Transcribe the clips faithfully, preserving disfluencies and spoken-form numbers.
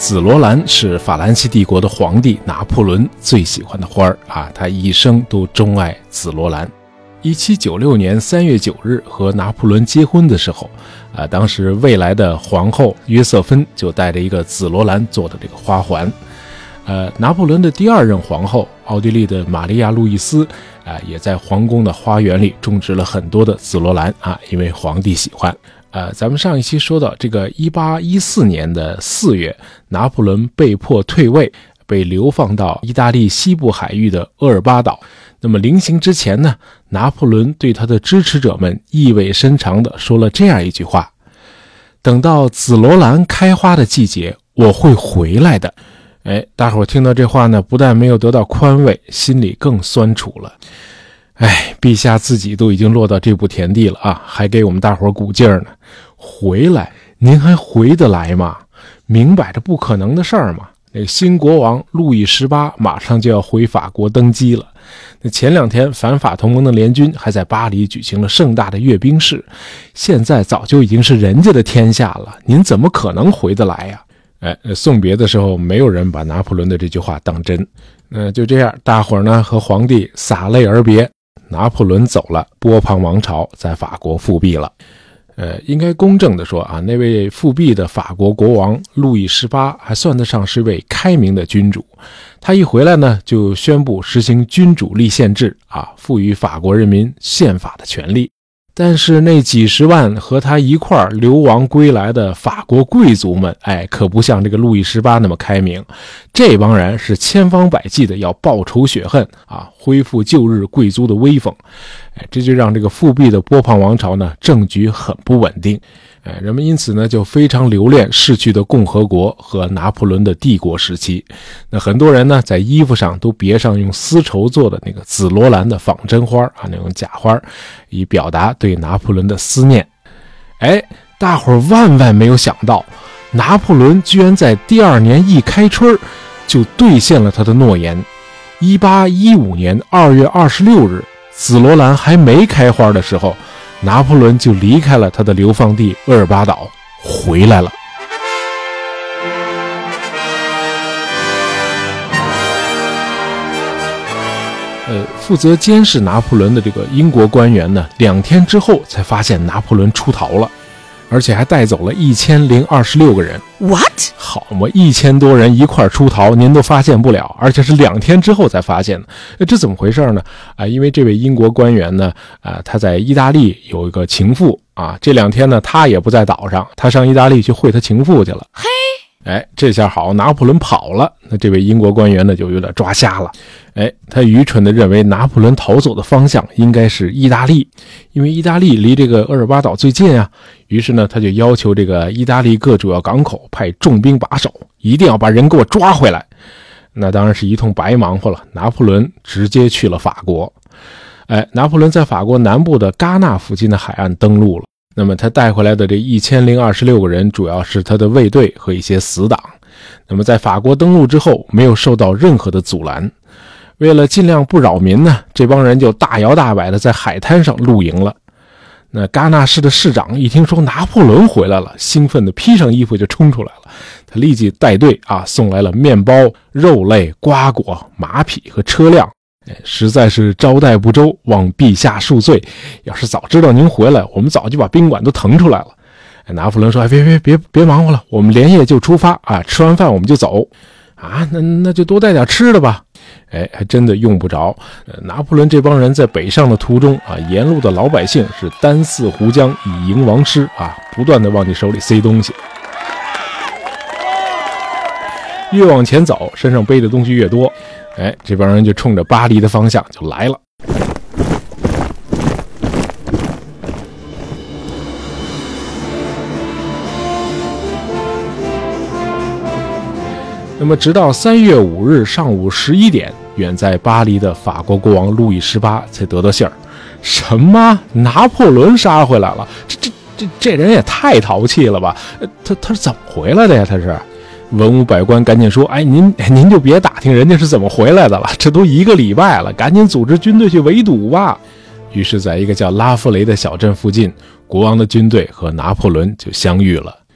紫罗兰是法兰西帝国的皇帝拿破仑最喜欢的花儿啊，他一生都钟爱紫罗兰。一七九六年三月九日和拿破仑结婚的时候啊，当时未来的皇后约瑟芬就带着一个紫罗兰做的这个花环。呃，拿破仑的第二任皇后奥地利的玛利亚路易斯啊，也在皇宫的花园里种植了很多的紫罗兰啊，因为皇帝喜欢。呃，咱们上一期说到这个一八一四年的四月，拿破仑被迫退位，被流放到意大利西部海域的厄尔巴岛。那么临行之前呢，拿破仑对他的支持者们意味深长地说了这样一句话：等到紫罗兰开花的季节，我会回来的。哎，大伙听到这话呢，不但没有得到宽慰，心里更酸楚了。哎，陛下自己都已经落到这步田地了啊，还给我们大伙鼓劲儿呢。回来？您还回得来吗？明摆着不可能的事儿嘛。那个新国王路易十八马上就要回法国登基了。那前两天反法同盟的联军还在巴黎举行了盛大的阅兵式，现在早就已经是人家的天下了，您怎么可能回得来呀？哎，送别的时候没有人把拿破仑的这句话当真。那就这样，大伙儿呢和皇帝洒泪而别，拿破仑走了，波旁王朝在法国复辟了。呃，应该公正的说啊，那位复辟的法国国王路易十八还算得上是位开明的君主。他一回来呢，就宣布实行君主立宪制啊，赋予法国人民宪法的权利。但是那几十万和他一块儿流亡归来的法国贵族们，哎，可不像这个路易十八那么开明。这帮人是千方百计的要报仇雪恨啊，恢复旧日贵族的威风。哎，这就让这个复辟的波旁王朝呢，政局很不稳定。哎，人们因此呢就非常留恋逝去的共和国和拿破仑的帝国时期。那很多人呢在衣服上都别上用丝绸做的那个紫罗兰的仿真花啊，那种假花，以表达对拿破仑的思念。哎，大伙儿万万没有想到，拿破仑居然在第二年一开春就兑现了他的诺言。一八一五年二月二十六日，紫罗兰还没开花的时候，拿破仑就离开了他的流放地厄尔巴岛，回来了。呃，负责监视拿破仑的这个英国官员呢，两天之后才发现拿破仑出逃了，而且还带走了一千零二十六个人。 What？ 好嘛，一千多人一块出逃，您都发现不了，而且是两天之后才发现的。这怎么回事呢？啊，因为这位英国官员呢，啊，他在意大利有一个情妇啊，这两天呢，他也不在岛上，他上意大利去会他情妇去了。 嘿， 哎，这下好，拿破仑跑了，那这位英国官员呢就有点抓瞎了。哎，他愚蠢地认为拿破仑逃走的方向应该是意大利，因为意大利离这个厄尔巴岛最近啊。于是呢，他就要求这个意大利各主要港口派重兵把守，一定要把人给我抓回来。那当然是一通白忙活了。拿破仑直接去了法国。哎，拿破仑在法国南部的戛纳附近的海岸登陆了。那么他带回来的这一千零二十六个人，主要是他的卫队和一些死党。那么在法国登陆之后，没有受到任何的阻拦。为了尽量不扰民呢，这帮人就大摇大摆的在海滩上露营了。那戛纳市的市长一听说拿破仑回来了，兴奋的披上衣服就冲出来了。他立即带队啊，送来了面包、肉类、瓜果、马匹和车辆。实在是招待不周，望陛下恕罪。要是早知道您回来，我们早就把宾馆都腾出来了。拿破仑说：“哎，别别别别忙活了，我们连夜就出发啊！吃完饭我们就走啊！那那就多带点吃的吧。”哎，还真的用不着。呃，拿破仑这帮人在北上的途中啊，沿路的老百姓是单肆胡浆，以迎王师啊，不断的往你手里塞东西。越往前走，身上背的东西越多。哎，这帮人就冲着巴黎的方向就来了。那么直到三月五日上午十一点，远在巴黎的法国国王路易十八才得到信儿。什么？拿破仑杀回来了？这这这这人也太淘气了吧！他他是怎么回来的呀？他是？文武百官赶紧说：“哎，您您就别打听人家是怎么回来的了，这都一个礼拜了，赶紧组织军队去围堵吧。”于是，在一个叫拉夫雷的小镇附近，国王的军队和拿破仑就相遇了。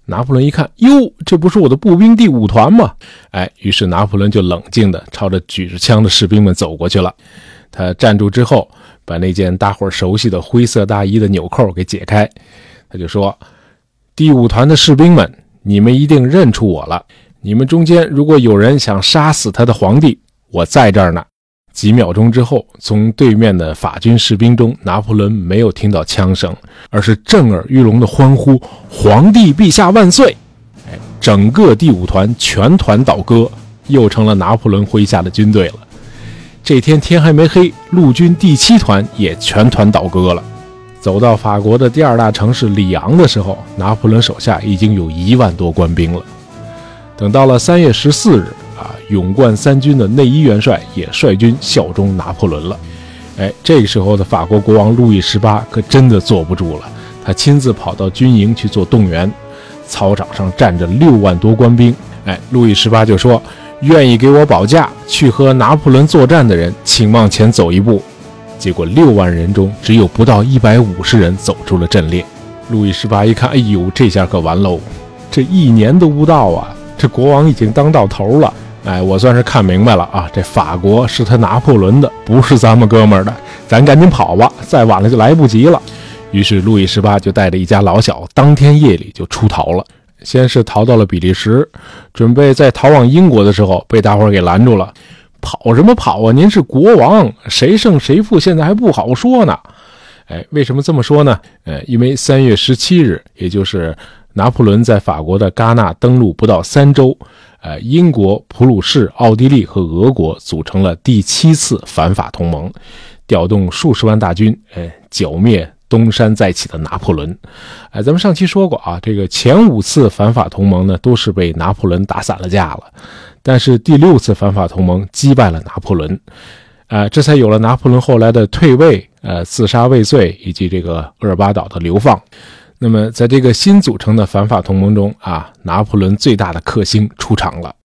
拿破仑一看，哟，这不是我的步兵第五团吗？哎，于是拿破仑就冷静地朝着举着枪的士兵们走过去了。他站住之后，把那件大伙熟悉的灰色大衣的纽扣给解开，他就说，第五团的士兵们，你们一定认出我了，你们中间如果有人想杀死他的皇帝，我在这儿呢。几秒钟之后，从对面的法军士兵中，拿破仑没有听到枪声，而是震耳欲聋的欢呼，皇帝陛下万岁！哎，整个第五团全团倒戈，又成了拿破仑麾下的军队了。这天天还没黑，陆军第七团也全团倒戈了。走到法国的第二大城市里昂的时候，拿破仑手下已经有一万多官兵了。等到了三月十四日啊，勇冠三军的内伊元帅也率军效忠拿破仑了。哎，这个时候的法国国王路易十八可真的坐不住了，他亲自跑到军营去做动员，操场上站着六万多官兵。哎，路易十八就说，愿意给我保驾去和拿破仑作战的人，请往前走一步。结果六万人中只有不到一百五十人走出了阵列。路易十八一看，哎呦，这下可完喽，这一年都不到啊，这国王已经当到头了。哎，我算是看明白了啊，这法国是他拿破仑的，不是咱们哥们儿的，咱赶紧跑吧，再晚了就来不及了。于是路易十八就带着一家老小，当天夜里就出逃了。先是逃到了比利时，准备在逃往英国的时候被大伙儿给拦住了。跑什么跑啊，您是国王，谁胜谁负现在还不好说呢。哎，为什么这么说呢？呃，因为三月十七日，也就是拿破仑在法国的戛纳登陆不到三周，呃，英国、普鲁士、奥地利和俄国组成了第七次反法同盟，调动数十万大军，哎，剿灭东山再起的拿破仑。哎，咱们上期说过啊，这个前五次反法同盟呢，都是被拿破仑打散了架了，但是第六次反法同盟击败了拿破仑。呃，这才有了拿破仑后来的退位、呃自杀未遂以及这个厄尔巴岛的流放。那么在这个新组成的反法同盟中啊，拿破仑最大的克星出场了。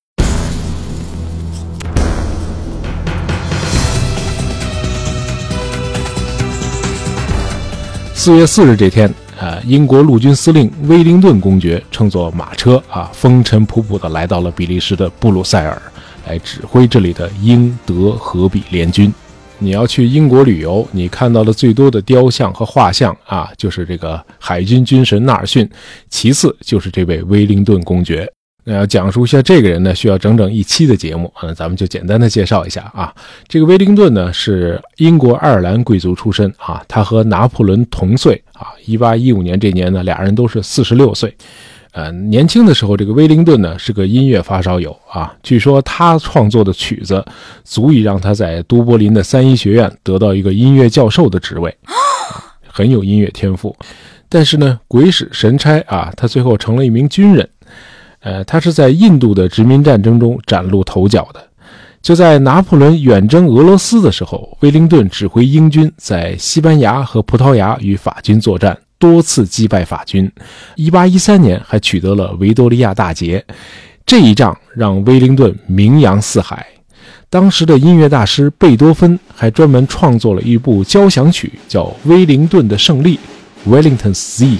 四月四日这天，呃，英国陆军司令威灵顿公爵乘坐马车啊，风尘仆仆地来到了比利时的布鲁塞尔，来指挥这里的英德荷比联军。你要去英国旅游，你看到的最多的雕像和画像啊，就是这个海军军神纳尔逊，其次就是这位威灵顿公爵。那要讲述一下这个人呢，需要整整一期的节目，嗯，咱们就简单的介绍一下啊。这个威灵顿呢是英国爱尔兰贵族出身啊，他和拿破仑同岁啊，一八一五年这年呢，俩人都是四十六岁。呃，年轻的时候，这个威灵顿呢是个音乐发烧友啊，据说他创作的曲子足以让他在都柏林的三一学院得到一个音乐教授的职位，啊、很有音乐天赋。但是呢，鬼使神差啊，他最后成了一名军人。呃，他是在印度的殖民战争中崭露头角的。就在拿破仑远征俄罗斯的时候，威灵顿指挥英军在西班牙和葡萄牙与法军作战，多次击败法军。一八一三年还取得了维多利亚大捷。这一仗让威灵顿名扬四海。当时的音乐大师贝多芬还专门创作了一部交响曲，叫《威灵顿的胜利》 Wellington's Sieg。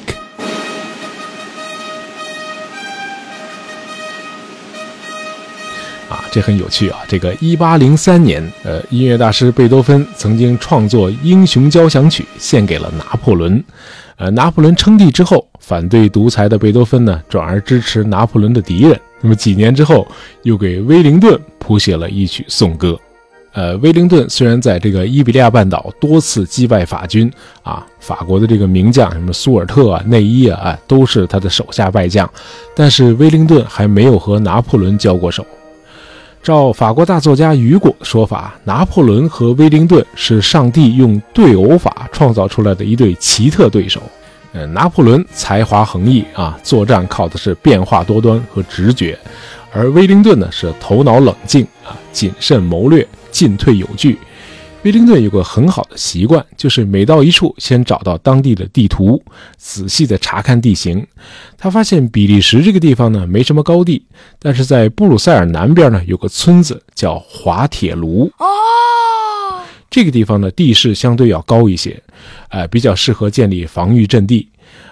啊，这很有趣啊！这个一八零三年，呃，音乐大师贝多芬曾经创作英雄交响曲，献给了拿破仑。呃，拿破仑称帝之后，反对独裁的贝多芬呢，转而支持拿破仑的敌人。那么几年之后，又给威灵顿谱写了一曲颂歌。呃，威灵顿虽然在这个伊比利亚半岛多次击败法军啊，法国的这个名将什么苏尔特啊、内伊啊，都是他的手下败将，但是威灵顿还没有和拿破仑交过手。照法国大作家雨果的说法，拿破仑和威灵顿是上帝用对偶法创造出来的一对奇特对手。呃，拿破仑才华横溢啊，作战靠的是变化多端和直觉，而威灵顿呢是头脑冷静啊，谨慎谋略，进退有据。威灵顿有个很好的习惯，就是每到一处先找到当地的地图，仔细的查看地形。他发现比利时这个地方呢没什么高地，但是在布鲁塞尔南边呢有个村子叫滑铁卢。哦，这个地方呢地势相对要高一些，呃，比较适合建立防御阵地。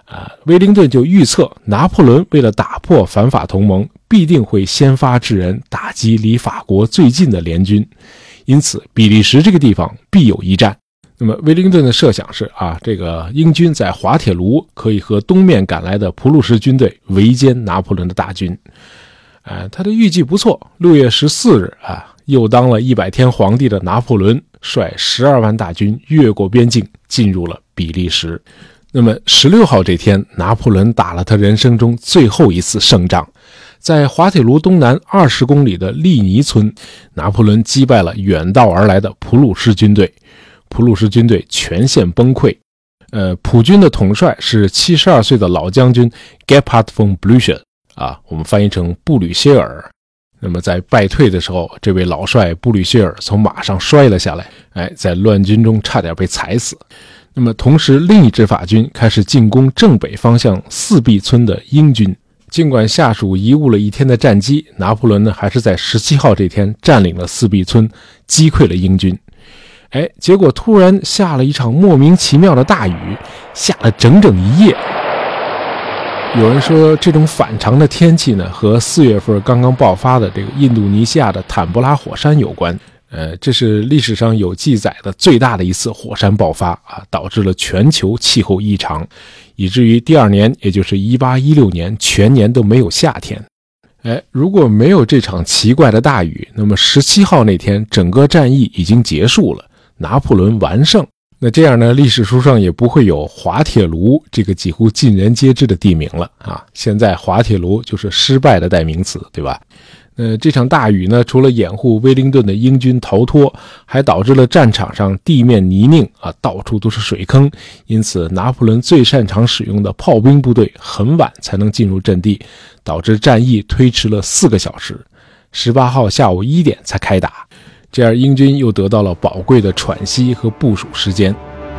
啊，威灵顿就预测拿破仑为了打破反法同盟，必定会先发制人，打击离法国最近的联军，因此比利时这个地方必有一战。那么威灵顿的设想是啊，这个英军在滑铁卢可以和东面赶来的普鲁士军队围歼拿破仑的大军。呃，他的预计不错，六月十四日啊，又当了一百天皇帝的拿破仑率十二万大军越过边境进入了比利时。那么十六号这天，拿破仑打了他人生中最后一次胜仗，在滑铁卢东南二十公里的利尼村，拿破仑击败了远道而来的普鲁士军队，普鲁士军队全线崩溃。呃，普军的统帅是七十二岁的老将军 Gebhard von Blücher 啊，我们翻译成布吕歇尔。那么在败退的时候，这位老帅布吕歇尔从马上摔了下来，哎，在乱军中差点被踩死。那么同时，另一支法军开始进攻正北方向四壁村的英军。尽管下属贻误了一天的战机，拿破仑呢还是在十七号这天占领了四壁村，击溃了英军。哎，结果突然下了一场莫名其妙的大雨，下了整整一夜。有人说这种反常的天气呢，和四月份刚刚爆发的这个印度尼西亚的坦布拉火山有关。呃，这是历史上有记载的最大的一次火山爆发啊，导致了全球气候异常，以至于第二年，也就是一八一六年，全年都没有夏天。哎，如果没有这场奇怪的大雨，那么十七号那天整个战役已经结束了，拿破仑完胜。那这样呢，历史书上也不会有滑铁卢这个几乎尽人皆知的地名了啊。现在滑铁卢就是失败的代名词，对吧？呃，这场大雨呢，除了掩护威灵顿的英军逃脱，还导致了战场上地面泥泞啊，到处都是水坑。因此，拿破仑最擅长使用的炮兵部队很晚才能进入阵地，导致战役推迟了四个小时。十八号下午一点才开打，这样英军又得到了宝贵的喘息和部署时间。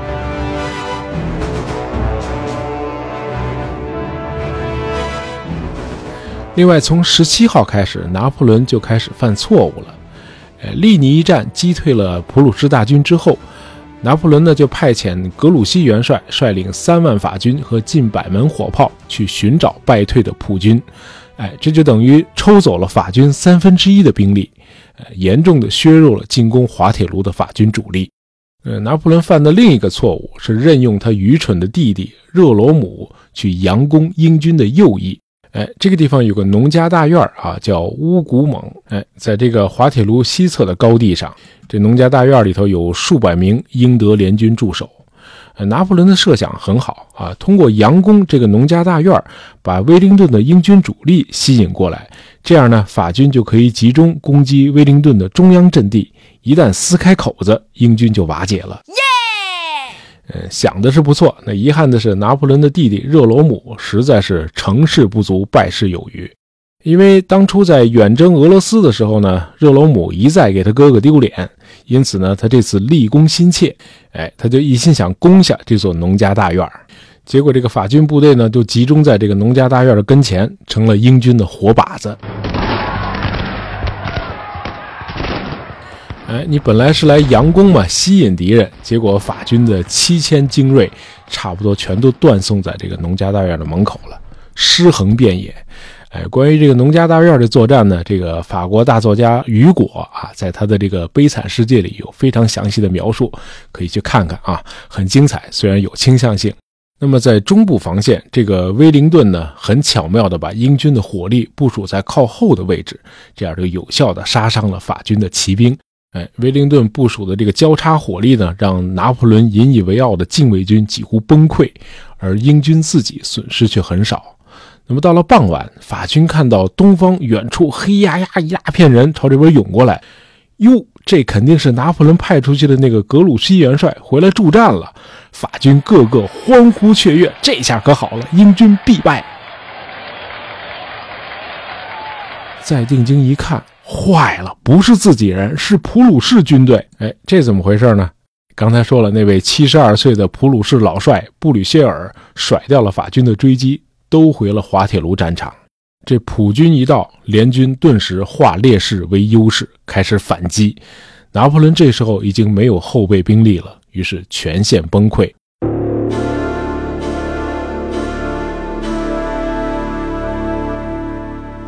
另外，从十七号开始，拿破仑就开始犯错误了。呃，利尼一战击退了普鲁士大军之后，拿破仑呢就派遣格鲁希元帅率领三万法军和近百门火炮去寻找败退的普军。哎，这就等于抽走了法军三分之一的兵力，呃，严重的削弱了进攻滑铁卢的法军主力。呃，拿破仑犯的另一个错误是任用他愚蠢的弟弟热罗姆去佯攻英军的右翼。哎，这个地方有个农家大院啊，叫乌古蒙。哎，在这个滑铁卢西侧的高地上，这农家大院里头有数百名英德联军驻守。呃，拿破仑的设想很好啊，通过佯攻这个农家大院，把威灵顿的英军主力吸引过来，这样呢，法军就可以集中攻击威灵顿的中央阵地。一旦撕开口子，英军就瓦解了。呃，想的是不错，那遗憾的是，拿破仑的弟弟热罗姆实在是成事不足，败事有余。因为当初在远征俄罗斯的时候呢，热罗姆一再给他哥哥丢脸，因此呢，他这次立功心切，哎，他就一心想攻下这座农家大院。结果这个法军部队呢，就集中在这个农家大院的跟前，成了英军的活靶子。哎，你本来是来佯攻嘛，吸引敌人，结果法军的七千精锐差不多全都断送在这个农家大院的门口了，尸横遍野。哎，关于这个农家大院的作战呢，这个法国大作家雨果啊，在他的这个悲惨世界里有非常详细的描述，可以去看看啊，很精彩，虽然有倾向性。那么在中部防线，这个威灵顿呢，很巧妙地把英军的火力部署在靠后的位置，这样就有效地杀伤了法军的骑兵。哎，威灵顿部署的这个交叉火力呢，让拿破仑引以为傲的禁卫军几乎崩溃，而英军自己损失却很少。那么到了傍晚，法军看到东方远处黑压压一大片人朝这边涌过来，哟，这肯定是拿破仑派出去的那个格鲁希元帅回来助战了。法军个个欢呼雀跃，这下可好了，英军必败。再定睛一看，坏了，不是自己人，是普鲁士军队。哎，这怎么回事呢？刚才说了，那位七十二岁的普鲁士老帅布吕歇尔甩掉了法军的追击，都回了滑铁卢战场。这普军一到，联军顿时化劣势为优势，开始反击。拿破仑这时候已经没有后备兵力了，于是全线崩溃。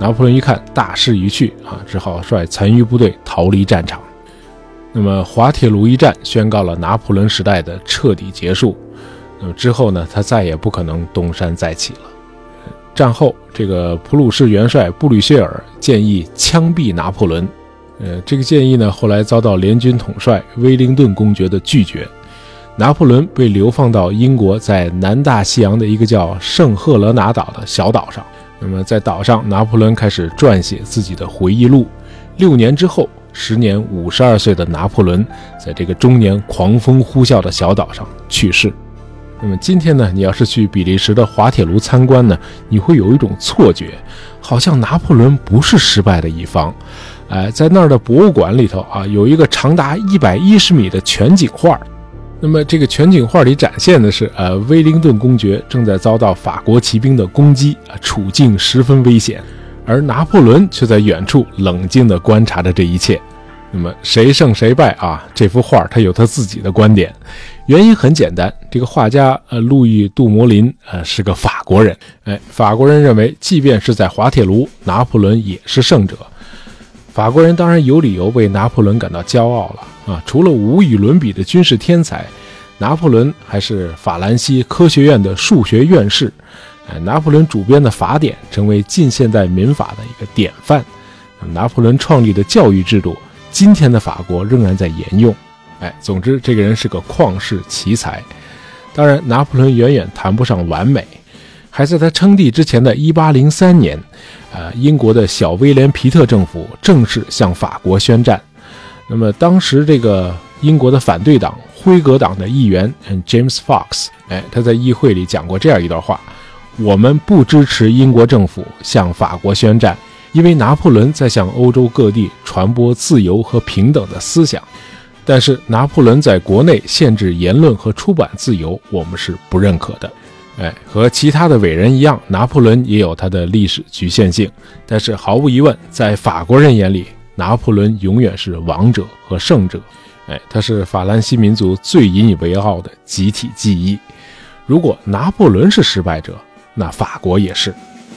拿破仑一看大势已去啊，只好率残余部队逃离战场。那么滑铁卢一战宣告了拿破仑时代的彻底结束。那么之后呢，他再也不可能东山再起了。战后，这个普鲁士元帅布吕歇尔建议枪毙拿破仑。呃，这个建议呢，后来遭到联军统帅威灵顿公爵的拒绝。拿破仑被流放到英国在南大西洋的一个叫圣赫勒拿岛的小岛上。那么在岛上，拿破仑开始撰写自己的回忆录。六年之后，时年五十二岁的拿破仑在这个终年狂风呼啸的小岛上去世。那么今天呢，你要是去比利时的滑铁卢参观呢，你会有一种错觉，好像拿破仑不是失败的一方。哎、呃，在那儿的博物馆里头啊，有一个长达一百一十米的全景画。那么这个全景画里展现的是，呃，威灵顿公爵正在遭到法国骑兵的攻击，啊，处境十分危险，而拿破仑却在远处冷静地观察着这一切。那么谁胜谁败啊？这幅画他有他自己的观点，原因很简单，这个画家呃路易·杜摩林呃是个法国人，哎，法国人认为，即便是在滑铁卢，拿破仑也是胜者。法国人当然有理由为拿破仑感到骄傲了啊！除了无与伦比的军事天才，拿破仑还是法兰西科学院的数学院士。哎，拿破仑主编的法典成为近现代民法的一个典范。拿破仑创立的教育制度，今天的法国仍然在沿用。哎，总之，这个人是个旷世奇才。当然，拿破仑远远谈不上完美。还在他称帝之前的一八零三年，呃，英国的小威廉皮特政府正式向法国宣战。那么当时这个英国的反对党辉格党的议员 James Fox， 哎，他在议会里讲过这样一段话：我们不支持英国政府向法国宣战，因为拿破仑在向欧洲各地传播自由和平等的思想。但是拿破仑在国内限制言论和出版自由，我们是不认可的。哎，和其他的伟人一样，拿破仑也有他的历史局限性。但是毫无疑问，在法国人眼里，拿破仑永远是王者和胜者。哎，他是法兰西民族最引以为傲的集体记忆。如果拿破仑是失败者，那法国也是。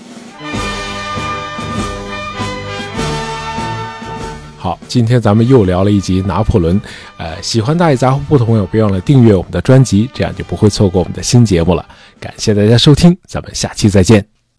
好，今天咱们又聊了一集拿破仑。呃，喜欢大爷杂货铺的朋友，别忘了订阅我们的专辑，这样就不会错过我们的新节目了。感谢大家收听，咱们下期再见。